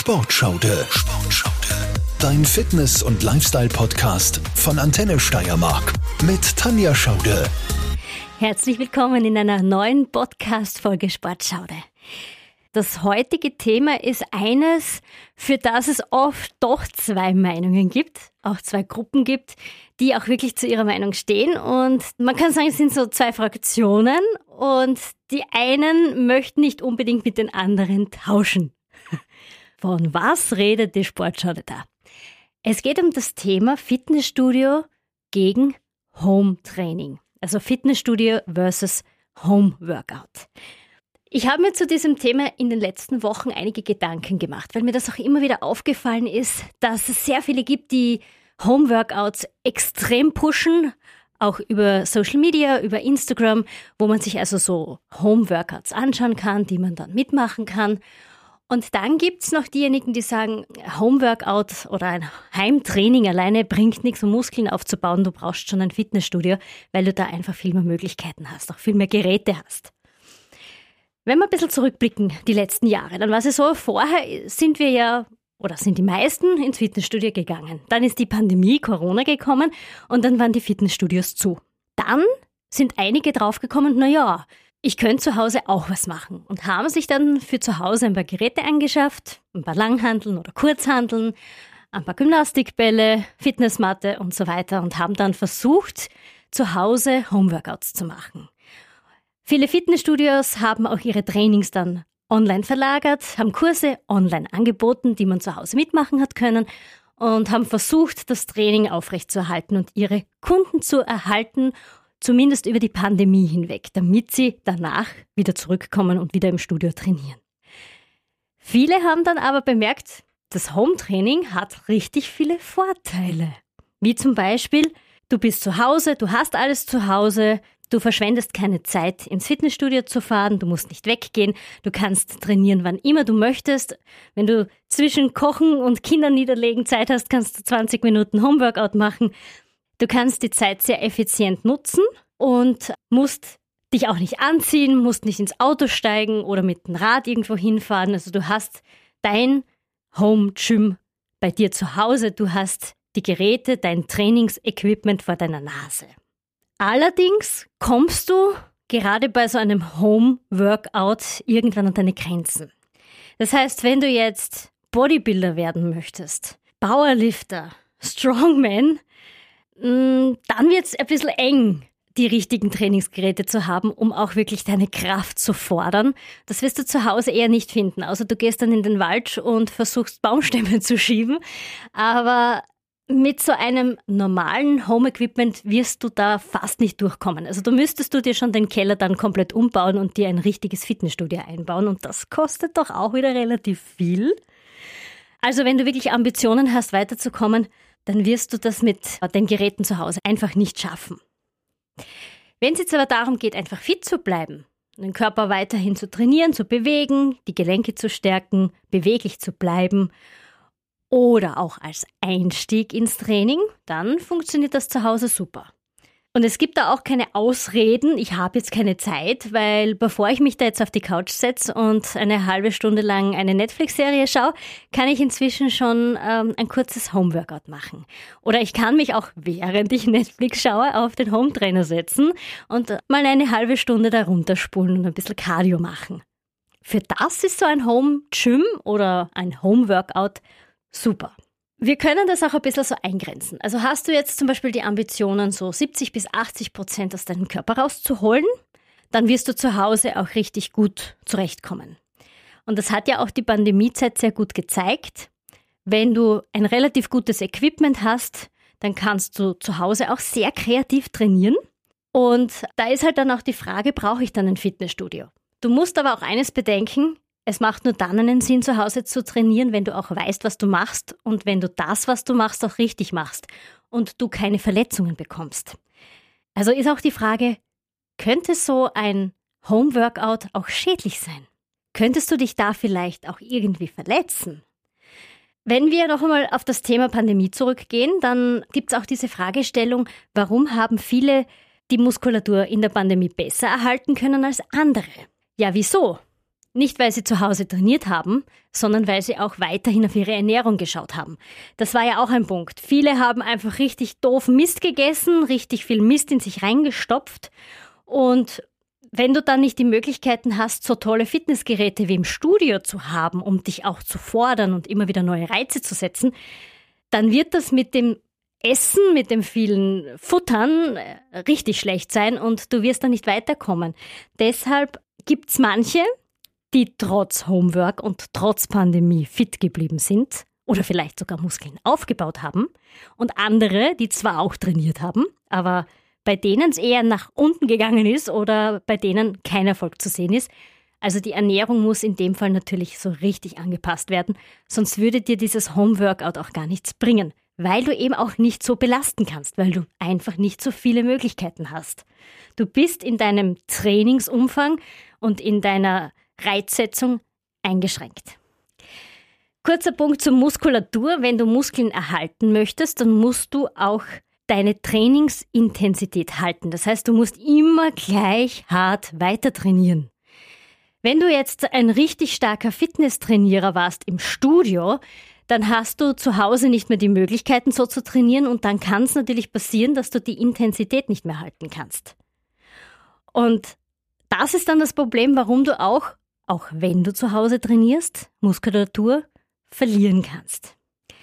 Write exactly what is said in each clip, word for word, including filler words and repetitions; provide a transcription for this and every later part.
Sportschaude. Sportschaude. Dein Fitness- und Lifestyle-Podcast von Antenne Steiermark mit Tanja Schaude. Herzlich willkommen in einer neuen Podcast-Folge Sportschaude. Das heutige Thema ist eines, für das es oft doch zwei Meinungen gibt, auch zwei Gruppen gibt, die auch wirklich zu ihrer Meinung stehen. Und man kann sagen, es sind so zwei Fraktionen und die einen möchten nicht unbedingt mit den anderen tauschen. Von was redet die Sportschaude da? Es geht um das Thema Fitnessstudio gegen Home-Training. Also Fitnessstudio versus Home-Workout. Ich habe mir zu diesem Thema in den letzten Wochen einige Gedanken gemacht, weil mir das auch immer wieder aufgefallen ist, dass es sehr viele gibt, die Home-Workouts extrem pushen, auch über Social Media, über Instagram, wo man sich also so Home-Workouts anschauen kann, die man dann mitmachen kann. Und dann gibt's noch diejenigen, die sagen, Homeworkout oder ein Heimtraining alleine bringt nichts, um Muskeln aufzubauen. Du brauchst schon ein Fitnessstudio, weil du da einfach viel mehr Möglichkeiten hast, auch viel mehr Geräte hast. Wenn wir ein bisschen zurückblicken, die letzten Jahre, dann war es so, vorher sind wir ja, oder sind die meisten ins Fitnessstudio gegangen. Dann ist die Pandemie, Corona gekommen und dann waren die Fitnessstudios zu. Dann sind einige draufgekommen, na ja, ich könnte zu Hause auch was machen und haben sich dann für zu Hause ein paar Geräte angeschafft, ein paar Langhanteln oder Kurzhanteln, ein paar Gymnastikbälle, Fitnessmatte und so weiter und haben dann versucht, zu Hause Homeworkouts zu machen. Viele Fitnessstudios haben auch ihre Trainings dann online verlagert, haben Kurse online angeboten, die man zu Hause mitmachen hat können und haben versucht, das Training aufrechtzuerhalten und ihre Kunden zu erhalten, zumindest über die Pandemie hinweg, damit sie danach wieder zurückkommen und wieder im Studio trainieren. Viele haben dann aber bemerkt, das Home-Training hat richtig viele Vorteile. Wie zum Beispiel, du bist zu Hause, du hast alles zu Hause, du verschwendest keine Zeit, ins Fitnessstudio zu fahren, du musst nicht weggehen, du kannst trainieren, wann immer du möchtest. Wenn du zwischen Kochen und Kindern niederlegen Zeit hast, kannst du zwanzig Minuten Homeworkout machen. Du kannst die Zeit sehr effizient nutzen und musst dich auch nicht anziehen, musst nicht ins Auto steigen oder mit dem Rad irgendwo hinfahren. Also du hast dein Home-Gym bei dir zu Hause, du hast die Geräte, dein Trainingsequipment vor deiner Nase. Allerdings kommst du gerade bei so einem Home-Workout irgendwann an deine Grenzen. Das heißt, wenn du jetzt Bodybuilder werden möchtest, Powerlifter, Strongman, dann wird es ein bisschen eng, die richtigen Trainingsgeräte zu haben, um auch wirklich deine Kraft zu fordern. Das wirst du zu Hause eher nicht finden, außer du gehst dann in den Wald und versuchst Baumstämme zu schieben. Aber mit so einem normalen Home-Equipment wirst du da fast nicht durchkommen. Also du müsstest du dir schon den Keller dann komplett umbauen und dir ein richtiges Fitnessstudio einbauen. Und das kostet doch auch wieder relativ viel. Also wenn du wirklich Ambitionen hast, weiterzukommen, dann wirst du das mit den Geräten zu Hause einfach nicht schaffen. Wenn es jetzt aber darum geht, einfach fit zu bleiben, den Körper weiterhin zu trainieren, zu bewegen, die Gelenke zu stärken, beweglich zu bleiben oder auch als Einstieg ins Training, dann funktioniert das zu Hause super. Und es gibt da auch keine Ausreden, ich habe jetzt keine Zeit, weil bevor ich mich da jetzt auf die Couch setze und eine halbe Stunde lang eine Netflix-Serie schaue, kann ich inzwischen schon ähm, ein kurzes Homeworkout machen. Oder ich kann mich auch, während ich Netflix schaue, auf den Home-Trainer setzen und mal eine halbe Stunde da runterspulen und ein bisschen Cardio machen. Für das ist so ein Home-Gym oder ein Home-Workout super. Wir können das auch ein bisschen so eingrenzen. Also hast du jetzt zum Beispiel die Ambitionen, so siebzig bis achtzig Prozent aus deinem Körper rauszuholen, dann wirst du zu Hause auch richtig gut zurechtkommen. Und das hat ja auch die Pandemiezeit sehr gut gezeigt. Wenn du ein relativ gutes Equipment hast, dann kannst du zu Hause auch sehr kreativ trainieren. Und da ist halt dann auch die Frage, brauche ich dann ein Fitnessstudio? Du musst aber auch eines bedenken, es macht nur dann einen Sinn, zu Hause zu trainieren, wenn du auch weißt, was du machst und wenn du das, was du machst, auch richtig machst und du keine Verletzungen bekommst. Also ist auch die Frage, könnte so ein Home-Workout auch schädlich sein? Könntest du dich da vielleicht auch irgendwie verletzen? Wenn wir noch einmal auf das Thema Pandemie zurückgehen, dann gibt es auch diese Fragestellung, warum haben viele die Muskulatur in der Pandemie besser erhalten können als andere? Ja, wieso? Nicht, weil sie zu Hause trainiert haben, sondern weil sie auch weiterhin auf ihre Ernährung geschaut haben. Das war ja auch ein Punkt. Viele haben einfach richtig doof Mist gegessen, richtig viel Mist in sich reingestopft. Und wenn du dann nicht die Möglichkeiten hast, so tolle Fitnessgeräte wie im Studio zu haben, um dich auch zu fordern und immer wieder neue Reize zu setzen, dann wird das mit dem Essen, mit dem vielen Futtern richtig schlecht sein und du wirst dann nicht weiterkommen. Deshalb gibt es manche, die trotz Homework und trotz Pandemie fit geblieben sind oder vielleicht sogar Muskeln aufgebaut haben und andere, die zwar auch trainiert haben, aber bei denen es eher nach unten gegangen ist oder bei denen kein Erfolg zu sehen ist. Also die Ernährung muss in dem Fall natürlich so richtig angepasst werden, sonst würde dir dieses Homeworkout auch gar nichts bringen, weil du eben auch nicht so belasten kannst, weil du einfach nicht so viele Möglichkeiten hast. Du bist in deinem Trainingsumfang und in deiner Reizsetzung eingeschränkt. Kurzer Punkt zur Muskulatur. Wenn du Muskeln erhalten möchtest, dann musst du auch deine Trainingsintensität halten. Das heißt, du musst immer gleich hart weiter trainieren. Wenn du jetzt ein richtig starker Fitnesstrainierer warst im Studio, dann hast du zu Hause nicht mehr die Möglichkeiten, so zu trainieren und dann kann es natürlich passieren, dass du die Intensität nicht mehr halten kannst. Und das ist dann das Problem, warum du auch, auch wenn du zu Hause trainierst, Muskulatur verlieren kannst.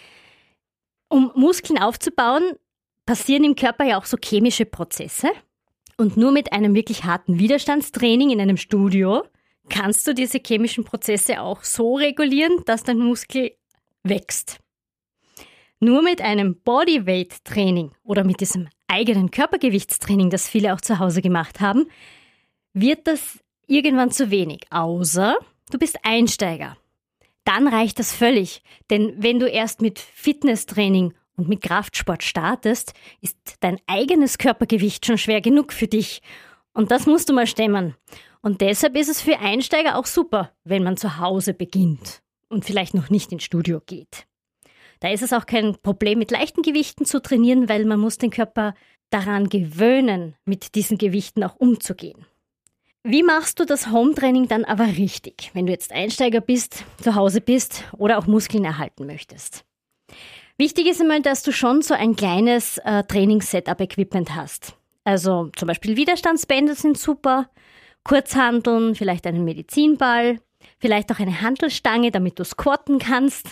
Um Muskeln aufzubauen, passieren im Körper ja auch so chemische Prozesse und nur mit einem wirklich harten Widerstandstraining in einem Studio kannst du diese chemischen Prozesse auch so regulieren, dass dein Muskel wächst. Nur mit einem Bodyweight-Training oder mit diesem eigenen Körpergewichtstraining, das viele auch zu Hause gemacht haben, wird das irgendwann zu wenig, außer du bist Einsteiger. Dann reicht das völlig, denn wenn du erst mit Fitnesstraining und mit Kraftsport startest, ist dein eigenes Körpergewicht schon schwer genug für dich. Und das musst du mal stemmen. Und deshalb ist es für Einsteiger auch super, wenn man zu Hause beginnt und vielleicht noch nicht ins Studio geht. Da ist es auch kein Problem, mit leichten Gewichten zu trainieren, weil man muss den Körper daran gewöhnen, mit diesen Gewichten auch umzugehen. Wie machst du das Home-Training dann aber richtig, wenn du jetzt Einsteiger bist, zu Hause bist oder auch Muskeln erhalten möchtest? Wichtig ist einmal, dass du schon so ein kleines äh, Trainings-Setup-Equipment hast. Also zum Beispiel Widerstandsbänder sind super, Kurzhanteln, vielleicht einen Medizinball, vielleicht auch eine Hantelstange, damit du squatten kannst.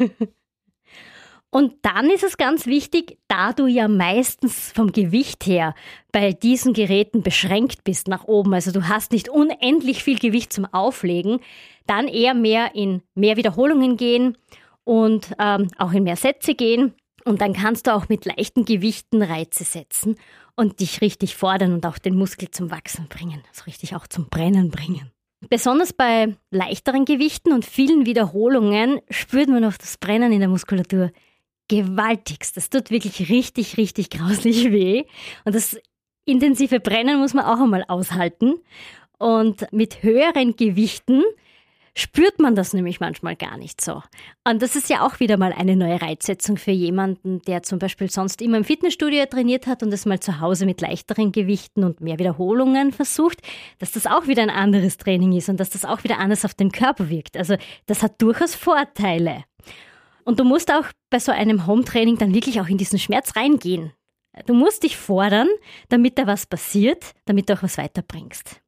Und dann ist es ganz wichtig, da du ja meistens vom Gewicht her bei diesen Geräten beschränkt bist nach oben, also du hast nicht unendlich viel Gewicht zum Auflegen, dann eher mehr in mehr Wiederholungen gehen und ähm, auch in mehr Sätze gehen. Und dann kannst du auch mit leichten Gewichten Reize setzen und dich richtig fordern und auch den Muskel zum Wachsen bringen, also richtig auch zum Brennen bringen. Besonders bei leichteren Gewichten und vielen Wiederholungen spürt man auch das Brennen in der Muskulatur gewaltigst. Das tut wirklich richtig, richtig grauslich weh. Und das intensive Brennen muss man auch einmal aushalten. Und mit höheren Gewichten spürt man das nämlich manchmal gar nicht so. Und das ist ja auch wieder mal eine neue Reizsetzung für jemanden, der zum Beispiel sonst immer im Fitnessstudio trainiert hat und es mal zu Hause mit leichteren Gewichten und mehr Wiederholungen versucht, dass das auch wieder ein anderes Training ist und dass das auch wieder anders auf den Körper wirkt. Also das hat durchaus Vorteile. Und du musst auch bei so einem Home-Training dann wirklich auch in diesen Schmerz reingehen. Du musst dich fordern, damit da was passiert, damit du auch was weiterbringst.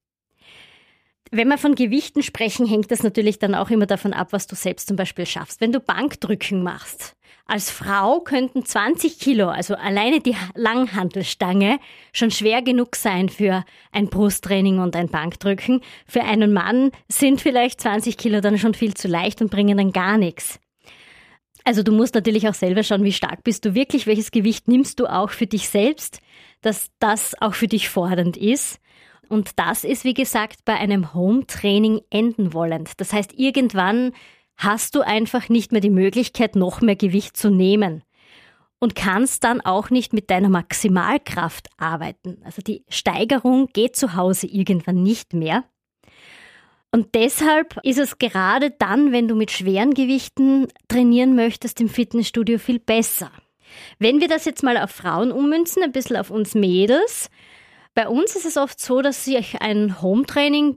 Wenn wir von Gewichten sprechen, hängt das natürlich dann auch immer davon ab, was du selbst zum Beispiel schaffst. Wenn du Bankdrücken machst, als Frau könnten zwanzig Kilo, also alleine die Langhantelstange, schon schwer genug sein für ein Brusttraining und ein Bankdrücken. Für einen Mann sind vielleicht zwanzig Kilo dann schon viel zu leicht und bringen dann gar nichts. Also du musst natürlich auch selber schauen, wie stark bist du wirklich, welches Gewicht nimmst du auch für dich selbst, dass das auch für dich fordernd ist. Und das ist, wie gesagt, bei einem Home-Training enden wollend. Das heißt, irgendwann hast du einfach nicht mehr die Möglichkeit, noch mehr Gewicht zu nehmen und kannst dann auch nicht mit deiner Maximalkraft arbeiten. Also die Steigerung geht zu Hause irgendwann nicht mehr. Und deshalb ist es gerade dann, wenn du mit schweren Gewichten trainieren möchtest, im Fitnessstudio viel besser. Wenn wir das jetzt mal auf Frauen ummünzen, ein bisschen auf uns Mädels, bei uns ist es oft so, dass sich ein Home-Training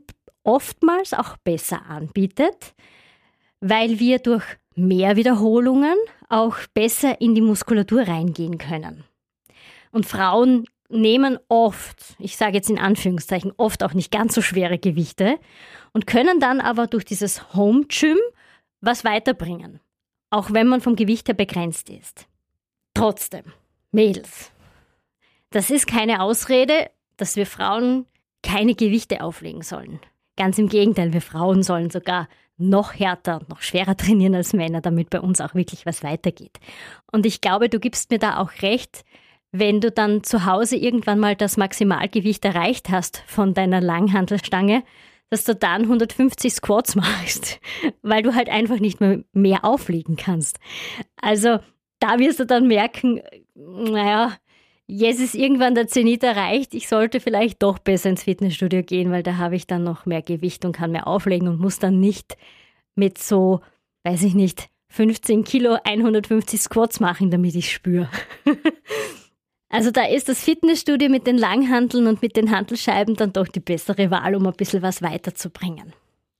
oftmals auch besser anbietet, weil wir durch mehr Wiederholungen auch besser in die Muskulatur reingehen können. Und Frauen nehmen oft, ich sage jetzt in Anführungszeichen, oft auch nicht ganz so schwere Gewichte und können dann aber durch dieses Home Gym was weiterbringen, auch wenn man vom Gewicht her begrenzt ist. Trotzdem, Mädels, das ist keine Ausrede, dass wir Frauen keine Gewichte auflegen sollen. Ganz im Gegenteil, wir Frauen sollen sogar noch härter und noch schwerer trainieren als Männer, damit bei uns auch wirklich was weitergeht. Und ich glaube, du gibst mir da auch recht, wenn du dann zu Hause irgendwann mal das Maximalgewicht erreicht hast von deiner Langhantelstange, dass du dann hundertfünfzig Squats machst, weil du halt einfach nicht mehr mehr auflegen kannst. Also da wirst du dann merken, naja, jetzt ist irgendwann der Zenit erreicht, ich sollte vielleicht doch besser ins Fitnessstudio gehen, weil da habe ich dann noch mehr Gewicht und kann mehr auflegen und muss dann nicht mit so, weiß ich nicht, fünfzehn Kilo hundertfünfzig Squats machen, damit ich spüre. Also da ist das Fitnessstudio mit den Langhanteln und mit den Hantelscheiben dann doch die bessere Wahl, um ein bisschen was weiterzubringen.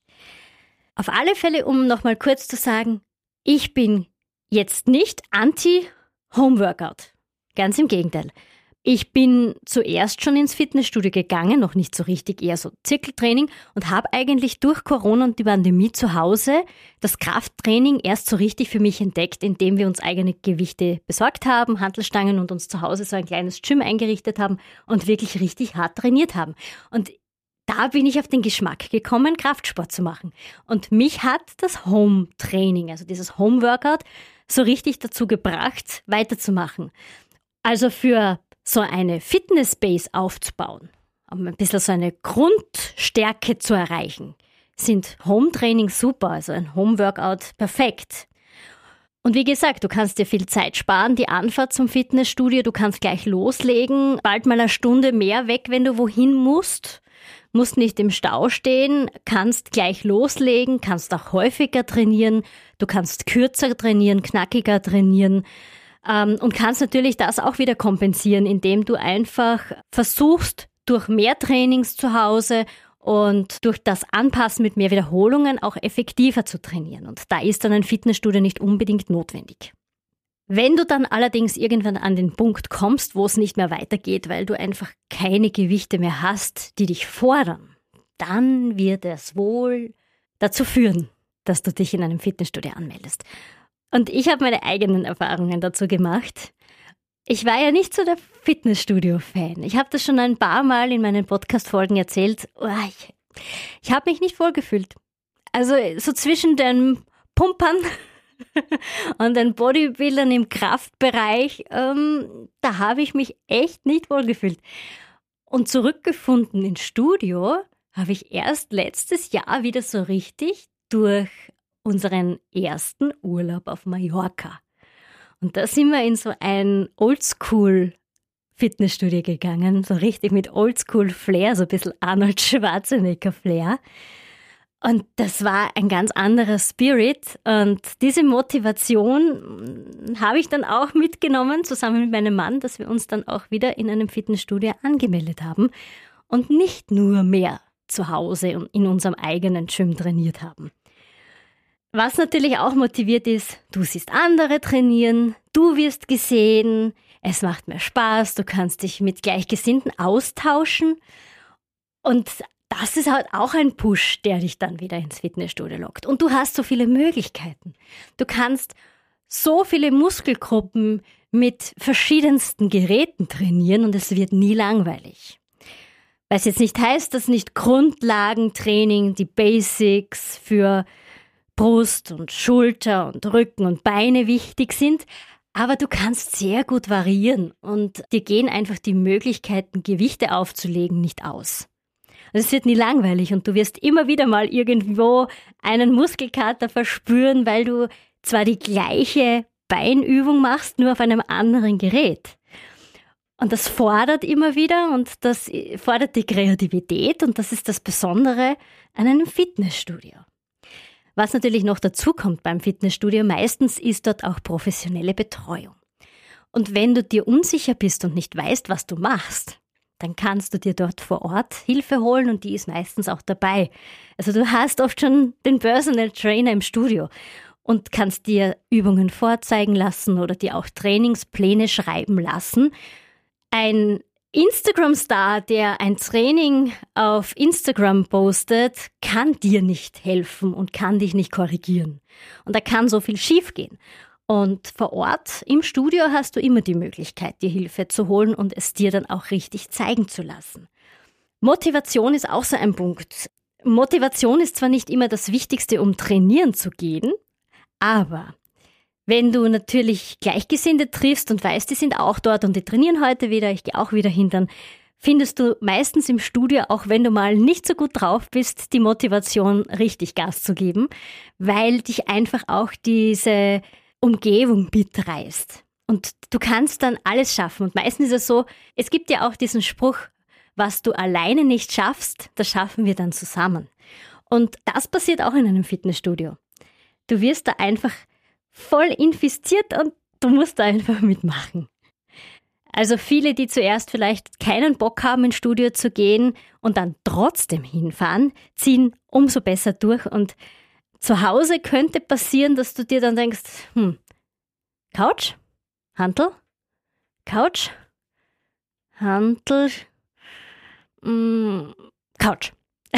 Auf alle Fälle, um nochmal kurz zu sagen, ich bin jetzt nicht anti-Homeworkout. Ganz im Gegenteil. Ich bin zuerst schon ins Fitnessstudio gegangen, noch nicht so richtig, eher so Zirkeltraining und habe eigentlich durch Corona und die Pandemie zu Hause das Krafttraining erst so richtig für mich entdeckt, indem wir uns eigene Gewichte besorgt haben, Hantelstangen und uns zu Hause so ein kleines Gym eingerichtet haben und wirklich richtig hart trainiert haben. Und da bin ich auf den Geschmack gekommen, Kraftsport zu machen. Und mich hat das Home-Training, also dieses Home-Workout, so richtig dazu gebracht, weiterzumachen. Also für so eine Fitness-Base aufzubauen, um ein bisschen so eine Grundstärke zu erreichen, sind Home-Trainings super, also ein Home-Workout perfekt. Und wie gesagt, du kannst dir viel Zeit sparen, die Anfahrt zum Fitnessstudio, du kannst gleich loslegen, bald mal eine Stunde mehr weg, wenn du wohin musst, musst nicht im Stau stehen, kannst gleich loslegen, kannst auch häufiger trainieren, du kannst kürzer trainieren, knackiger trainieren, und kannst natürlich das auch wieder kompensieren, indem du einfach versuchst, durch mehr Trainings zu Hause und durch das Anpassen mit mehr Wiederholungen auch effektiver zu trainieren. Und da ist dann ein Fitnessstudio nicht unbedingt notwendig. Wenn du dann allerdings irgendwann an den Punkt kommst, wo es nicht mehr weitergeht, weil du einfach keine Gewichte mehr hast, die dich fordern, dann wird es wohl dazu führen, dass du dich in einem Fitnessstudio anmeldest. Und ich habe meine eigenen Erfahrungen dazu gemacht. Ich war ja nicht so der Fitnessstudio-Fan. Ich habe das schon ein paar Mal in meinen Podcast-Folgen erzählt. Oh, ich ich habe mich nicht wohlgefühlt. Also so zwischen den Pumpern und den Bodybuildern im Kraftbereich, ähm, da habe ich mich echt nicht wohlgefühlt. Und zurückgefunden ins Studio habe ich erst letztes Jahr wieder so richtig durch unseren ersten Urlaub auf Mallorca. Und da sind wir in so ein Oldschool-Fitnessstudio gegangen, so richtig mit Oldschool-Flair, so ein bisschen Arnold Schwarzenegger-Flair. Und das war ein ganz anderer Spirit und diese Motivation habe ich dann auch mitgenommen, zusammen mit meinem Mann, dass wir uns dann auch wieder in einem Fitnessstudio angemeldet haben und nicht nur mehr zu Hause und in unserem eigenen Gym trainiert haben. Was natürlich auch motiviert ist, du siehst andere trainieren, du wirst gesehen, es macht mehr Spaß, du kannst dich mit Gleichgesinnten austauschen und das ist halt auch ein Push, der dich dann wieder ins Fitnessstudio lockt. Und du hast so viele Möglichkeiten. Du kannst so viele Muskelgruppen mit verschiedensten Geräten trainieren und es wird nie langweilig. Was jetzt nicht heißt, dass nicht Grundlagentraining, die Basics für Brust und Schulter und Rücken und Beine wichtig sind, aber du kannst sehr gut variieren und dir gehen einfach die Möglichkeiten, Gewichte aufzulegen, nicht aus. Also es wird nie langweilig und du wirst immer wieder mal irgendwo einen Muskelkater verspüren, weil du zwar die gleiche Beinübung machst, nur auf einem anderen Gerät. Und das fordert immer wieder und das fordert die Kreativität und das ist das Besondere an einem Fitnessstudio. Was natürlich noch dazu kommt beim Fitnessstudio, meistens ist dort auch professionelle Betreuung. Und wenn du dir unsicher bist und nicht weißt, was du machst, dann kannst du dir dort vor Ort Hilfe holen und die ist meistens auch dabei. Also du hast oft schon den Personal Trainer im Studio und kannst dir Übungen vorzeigen lassen oder dir auch Trainingspläne schreiben lassen. Ein Instagram-Star, der ein Training auf Instagram postet, kann dir nicht helfen und kann dich nicht korrigieren. Und da kann so viel schiefgehen. Und vor Ort im Studio hast du immer die Möglichkeit, dir Hilfe zu holen und es dir dann auch richtig zeigen zu lassen. Motivation ist auch so ein Punkt. Motivation ist zwar nicht immer das Wichtigste, um trainieren zu gehen, aber wenn du natürlich Gleichgesinnte triffst und weißt, die sind auch dort und die trainieren heute wieder, ich gehe auch wieder hin, dann findest du meistens im Studio, auch wenn du mal nicht so gut drauf bist, die Motivation, richtig Gas zu geben, weil dich einfach auch diese Umgebung mitreißt. Und du kannst dann alles schaffen. Und meistens ist es so, es gibt ja auch diesen Spruch, was du alleine nicht schaffst, das schaffen wir dann zusammen. Und das passiert auch in einem Fitnessstudio. Du wirst da einfach voll infiziert und du musst da einfach mitmachen. Also viele, die zuerst vielleicht keinen Bock haben, ins Studio zu gehen und dann trotzdem hinfahren, ziehen umso besser durch. Und zu Hause könnte passieren, dass du dir dann denkst, hm, Couch, Hantel, Couch, Hantel, mh, Couch.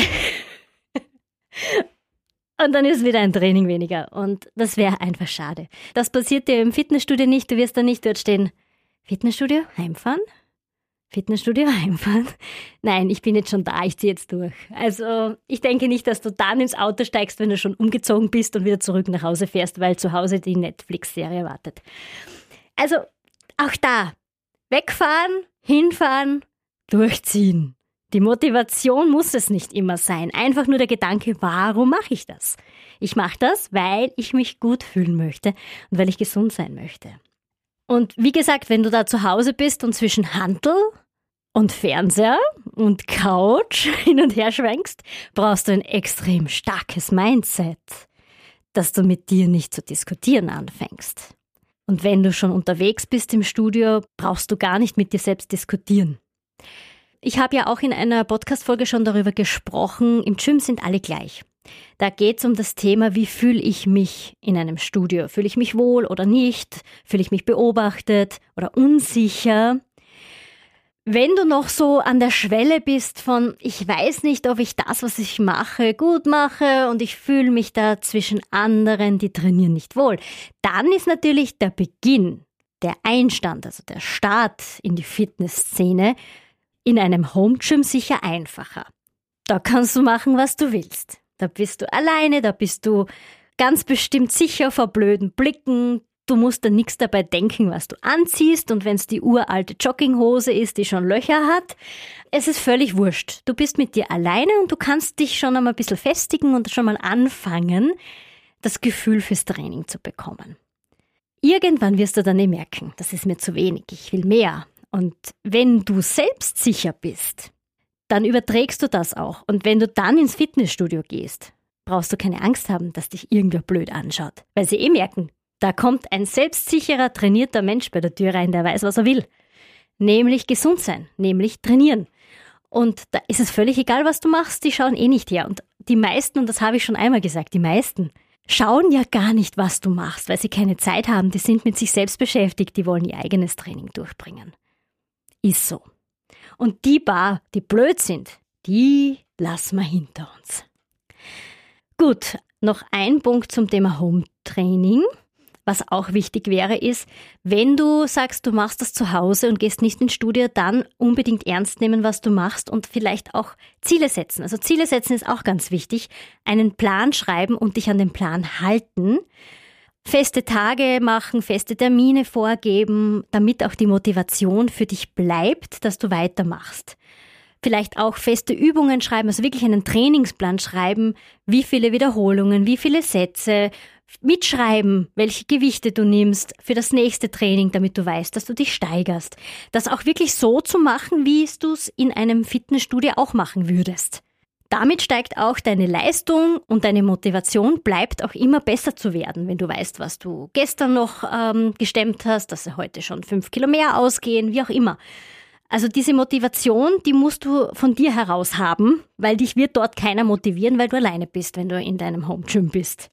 Und dann ist wieder ein Training weniger und das wäre einfach schade. Das passiert dir im Fitnessstudio nicht, du wirst da nicht dort stehen, Fitnessstudio, heimfahren? Fitnessstudio, heimfahren? Nein, ich bin jetzt schon da, ich ziehe jetzt durch. Also ich denke nicht, dass du dann ins Auto steigst, wenn du schon umgezogen bist und wieder zurück nach Hause fährst, weil zu Hause die Netflix-Serie wartet. Also auch da, wegfahren, hinfahren, durchziehen. Die Motivation muss es nicht immer sein. Einfach nur der Gedanke, warum mache ich das? Ich mache das, weil ich mich gut fühlen möchte und weil ich gesund sein möchte. Und wie gesagt, wenn du da zu Hause bist und zwischen Hantel und Fernseher und Couch hin und her schwenkst, brauchst du ein extrem starkes Mindset, dass du mit dir nicht zu diskutieren anfängst. Und wenn du schon unterwegs bist im Studio, brauchst du gar nicht mit dir selbst diskutieren. Ich habe ja auch in einer Podcast-Folge schon darüber gesprochen, im Gym sind alle gleich. Da geht es um das Thema, wie fühle ich mich in einem Studio? Fühle ich mich wohl oder nicht? Fühle ich mich beobachtet oder unsicher? Wenn du noch so an der Schwelle bist von, ich weiß nicht, ob ich das, was ich mache, gut mache und ich fühle mich da zwischen anderen, die trainieren, nicht wohl, dann ist natürlich der Beginn, der Einstand, also der Start in die Fitnessszene in einem Home-Gym sicher einfacher. Da kannst du machen, was du willst. Da bist du alleine, da bist du ganz bestimmt sicher vor blöden Blicken. Du musst da nichts dabei denken, was du anziehst. Und wenn es die uralte Jogginghose ist, die schon Löcher hat, es ist völlig wurscht. Du bist mit dir alleine und du kannst dich schon einmal ein bisschen festigen und schon mal anfangen, das Gefühl fürs Training zu bekommen. Irgendwann wirst du dann eh merken, das ist mir zu wenig, ich will mehr. Und wenn du selbstsicher bist, dann überträgst du das auch. Und wenn du dann ins Fitnessstudio gehst, brauchst du keine Angst haben, dass dich irgendwer blöd anschaut. Weil sie eh merken, da kommt ein selbstsicherer, trainierter Mensch bei der Tür rein, der weiß, was er will. Nämlich gesund sein, nämlich trainieren. Und da ist es völlig egal, was du machst, die schauen eh nicht her. Und die meisten, und das habe ich schon einmal gesagt, die meisten schauen ja gar nicht, was du machst, weil sie keine Zeit haben. Die sind mit sich selbst beschäftigt, die wollen ihr eigenes Training durchbringen. Ist so. Und die paar, die blöd sind, die lassen wir hinter uns. Gut, noch ein Punkt zum Thema Home-Training. Was auch wichtig wäre, ist, wenn du sagst, du machst das zu Hause und gehst nicht ins Studio, dann unbedingt ernst nehmen, was du machst und vielleicht auch Ziele setzen. Also Ziele setzen ist auch ganz wichtig. Einen Plan schreiben und dich an den Plan halten. Feste Tage machen, feste Termine vorgeben, damit auch die Motivation für dich bleibt, dass du weitermachst. Vielleicht auch feste Übungen schreiben, also wirklich einen Trainingsplan schreiben, wie viele Wiederholungen, wie viele Sätze, mitschreiben, welche Gewichte du nimmst für das nächste Training, damit du weißt, dass du dich steigerst. Das auch wirklich so zu machen, wie du es in einem Fitnessstudio auch machen würdest. Damit steigt auch deine Leistung und deine Motivation bleibt auch immer besser zu werden, wenn du weißt, was du gestern noch ähm, gestemmt hast, dass sie heute schon fünf Kilo mehr ausgehen, wie auch immer. Also diese Motivation, die musst du von dir heraus haben, weil dich wird dort keiner motivieren, weil du alleine bist, wenn du in deinem Home Gym bist.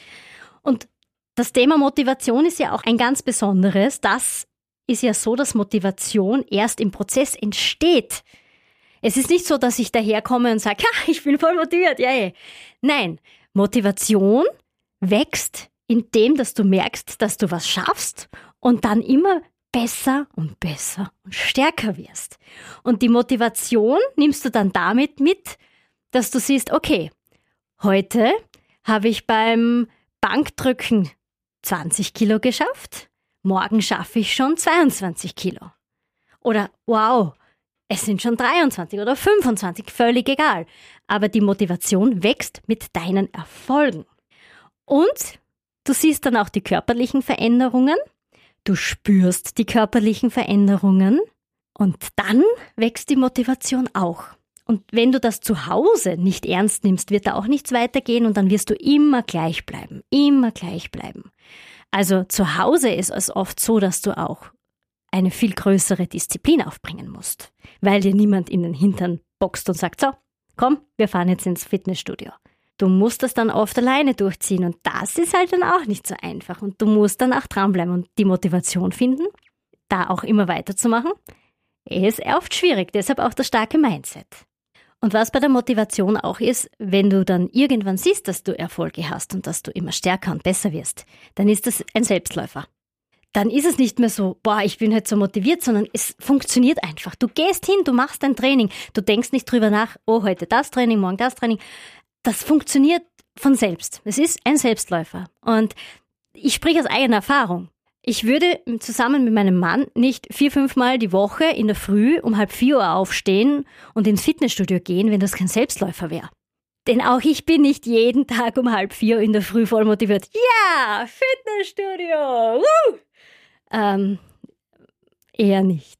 Und das Thema Motivation ist ja auch ein ganz besonderes. Das ist ja so, dass Motivation erst im Prozess entsteht. Es ist nicht so, dass ich daherkomme und sage, ja, ich bin voll motiviert, ja, yeah. Nein, Motivation wächst, indem dass du merkst, dass du was schaffst und dann immer besser und besser und stärker wirst. Und die Motivation nimmst du dann damit mit, dass du siehst, okay, heute habe ich beim Bankdrücken zwanzig Kilo geschafft, morgen schaffe ich schon zweiundzwanzig Kilo. Oder wow, es sind schon dreiundzwanzig oder fünfundzwanzig, völlig egal. Aber die Motivation wächst mit deinen Erfolgen. Und du siehst dann auch die körperlichen Veränderungen, du spürst die körperlichen Veränderungen und dann wächst die Motivation auch. Und wenn du das zu Hause nicht ernst nimmst, wird da auch nichts weitergehen und dann wirst du immer gleich bleiben, immer gleich bleiben. Also zu Hause ist es oft so, dass du auch eine viel größere Disziplin aufbringen musst, weil dir niemand in den Hintern boxt und sagt, so, komm, wir fahren jetzt ins Fitnessstudio. Du musst das dann oft alleine durchziehen und das ist halt dann auch nicht so einfach und du musst dann auch dranbleiben und die Motivation finden, da auch immer weiterzumachen, ist oft schwierig, deshalb auch das starke Mindset. Und was bei der Motivation auch ist, wenn du dann irgendwann siehst, dass du Erfolge hast und dass du immer stärker und besser wirst, dann ist das ein Selbstläufer. Dann ist es nicht mehr so, boah, ich bin halt so motiviert, sondern es funktioniert einfach. Du gehst hin, du machst dein Training, du denkst nicht drüber nach, oh, heute das Training, morgen das Training. Das funktioniert von selbst. Es ist ein Selbstläufer. Und ich spreche aus eigener Erfahrung. Ich würde zusammen mit meinem Mann nicht vier, fünfmal die Woche in der Früh um halb vier Uhr aufstehen und ins Fitnessstudio gehen, wenn das kein Selbstläufer wäre. Denn auch ich bin nicht jeden Tag um halb vier in der Früh voll motiviert. Ja, Fitnessstudio! Woo! Ähm, eher nicht.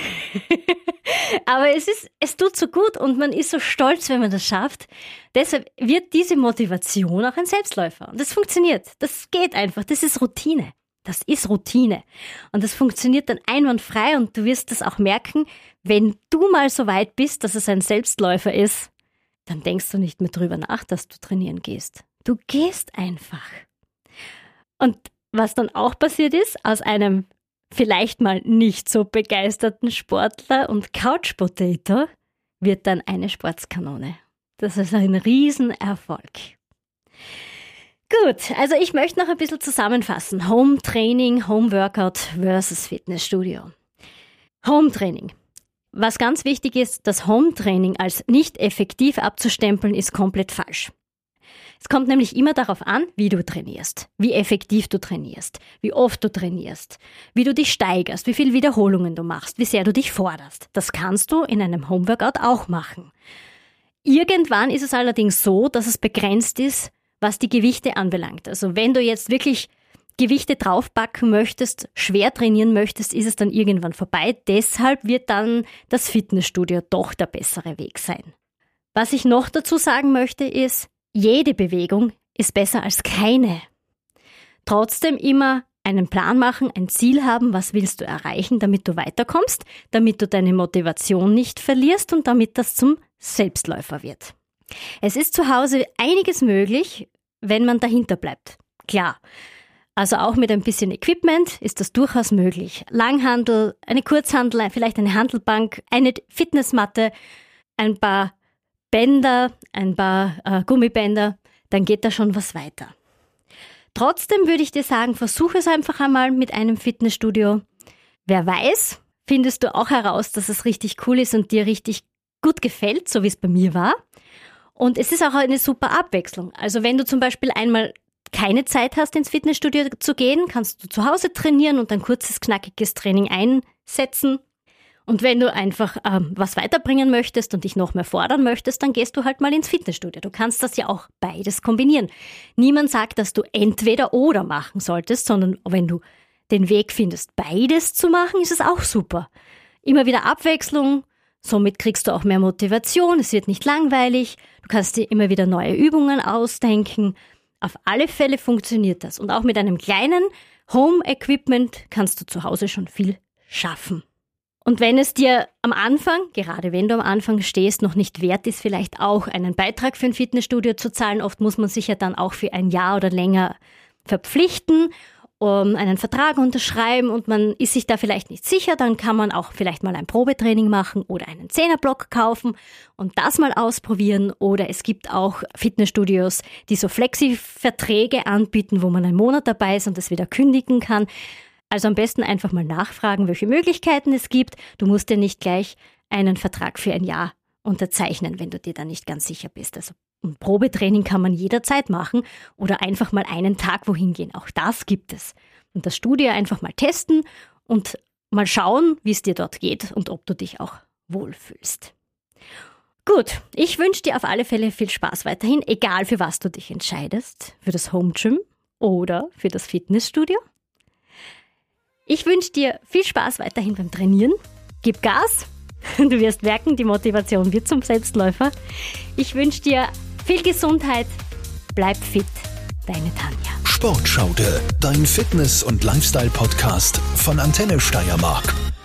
Aber es ist, es tut so gut und man ist so stolz, wenn man das schafft. Deshalb wird diese Motivation auch ein Selbstläufer. Und das funktioniert. Das geht einfach. Das ist Routine. Das ist Routine. Und das funktioniert dann einwandfrei und du wirst das auch merken, wenn du mal so weit bist, dass es ein Selbstläufer ist, dann denkst du nicht mehr drüber nach, dass du trainieren gehst. Du gehst einfach. Und was dann auch passiert ist, aus einem vielleicht mal nicht so begeisterten Sportler und Couch-Potato wird dann eine Sportskanone. Das ist ein Riesenerfolg. Gut, also ich möchte noch ein bisschen zusammenfassen. Home-Training, Home-Workout versus Fitnessstudio. Home-Training. Was ganz wichtig ist, das Home-Training als nicht effektiv abzustempeln, ist komplett falsch. Es kommt nämlich immer darauf an, wie du trainierst, wie effektiv du trainierst, wie oft du trainierst, wie du dich steigerst, wie viele Wiederholungen du machst, wie sehr du dich forderst. Das kannst du in einem Homeworkout auch machen. Irgendwann ist es allerdings so, dass es begrenzt ist, was die Gewichte anbelangt. Also wenn du jetzt wirklich Gewichte draufpacken möchtest, schwer trainieren möchtest, ist es dann irgendwann vorbei. Deshalb wird dann das Fitnessstudio doch der bessere Weg sein. Was ich noch dazu sagen möchte ist, jede Bewegung ist besser als keine. Trotzdem immer einen Plan machen, ein Ziel haben, was willst du erreichen, damit du weiterkommst, damit du deine Motivation nicht verlierst und damit das zum Selbstläufer wird. Es ist zu Hause einiges möglich, wenn man dahinter bleibt. Klar, also auch mit ein bisschen Equipment ist das durchaus möglich. Langhandel, eine Kurzhandel, vielleicht eine Handelbank, eine Fitnessmatte, ein paar Bänder, ein paar äh, Gummibänder, dann geht da schon was weiter. Trotzdem würde ich dir sagen, versuche es einfach einmal mit einem Fitnessstudio. Wer weiß, findest du auch heraus, dass es richtig cool ist und dir richtig gut gefällt, so wie es bei mir war. Und es ist auch eine super Abwechslung. Also wenn du zum Beispiel einmal keine Zeit hast, ins Fitnessstudio zu gehen, kannst du zu Hause trainieren und ein kurzes, knackiges Training einsetzen. Und wenn du einfach ähm, was weiterbringen möchtest und dich noch mehr fordern möchtest, dann gehst du halt mal ins Fitnessstudio. Du kannst das ja auch beides kombinieren. Niemand sagt, dass du entweder oder machen solltest, sondern wenn du den Weg findest, beides zu machen, ist es auch super. Immer wieder Abwechslung, somit kriegst du auch mehr Motivation, es wird nicht langweilig, du kannst dir immer wieder neue Übungen ausdenken. Auf alle Fälle funktioniert das. Und auch mit einem kleinen Home-Equipment kannst du zu Hause schon viel schaffen. Und wenn es dir am Anfang, gerade wenn du am Anfang stehst, noch nicht wert ist, vielleicht auch einen Beitrag für ein Fitnessstudio zu zahlen, oft muss man sich ja dann auch für ein Jahr oder länger verpflichten, um einen Vertrag unterschreiben und man ist sich da vielleicht nicht sicher, dann kann man auch vielleicht mal ein Probetraining machen oder einen Zehnerblock kaufen und das mal ausprobieren. Oder es gibt auch Fitnessstudios, die so Flexi-Verträge anbieten, wo man einen Monat dabei ist und das wieder kündigen kann. Also am besten einfach mal nachfragen, welche Möglichkeiten es gibt. Du musst dir nicht gleich einen Vertrag für ein Jahr unterzeichnen, wenn du dir da nicht ganz sicher bist. Also ein Probetraining kann man jederzeit machen oder einfach mal einen Tag wohin gehen. Auch das gibt es. Und das Studio einfach mal testen und mal schauen, wie es dir dort geht und ob du dich auch wohlfühlst. Gut, ich wünsche dir auf alle Fälle viel Spaß weiterhin, egal für was du dich entscheidest, für das Home Gym oder für das Fitnessstudio. Ich wünsche dir viel Spaß weiterhin beim Trainieren. Gib Gas. Du wirst merken, die Motivation wird zum Selbstläufer. Ich wünsche dir viel Gesundheit. Bleib fit. Deine Tanja. Sportschaude, dein Fitness- und Lifestyle-Podcast von Antenne Steiermark.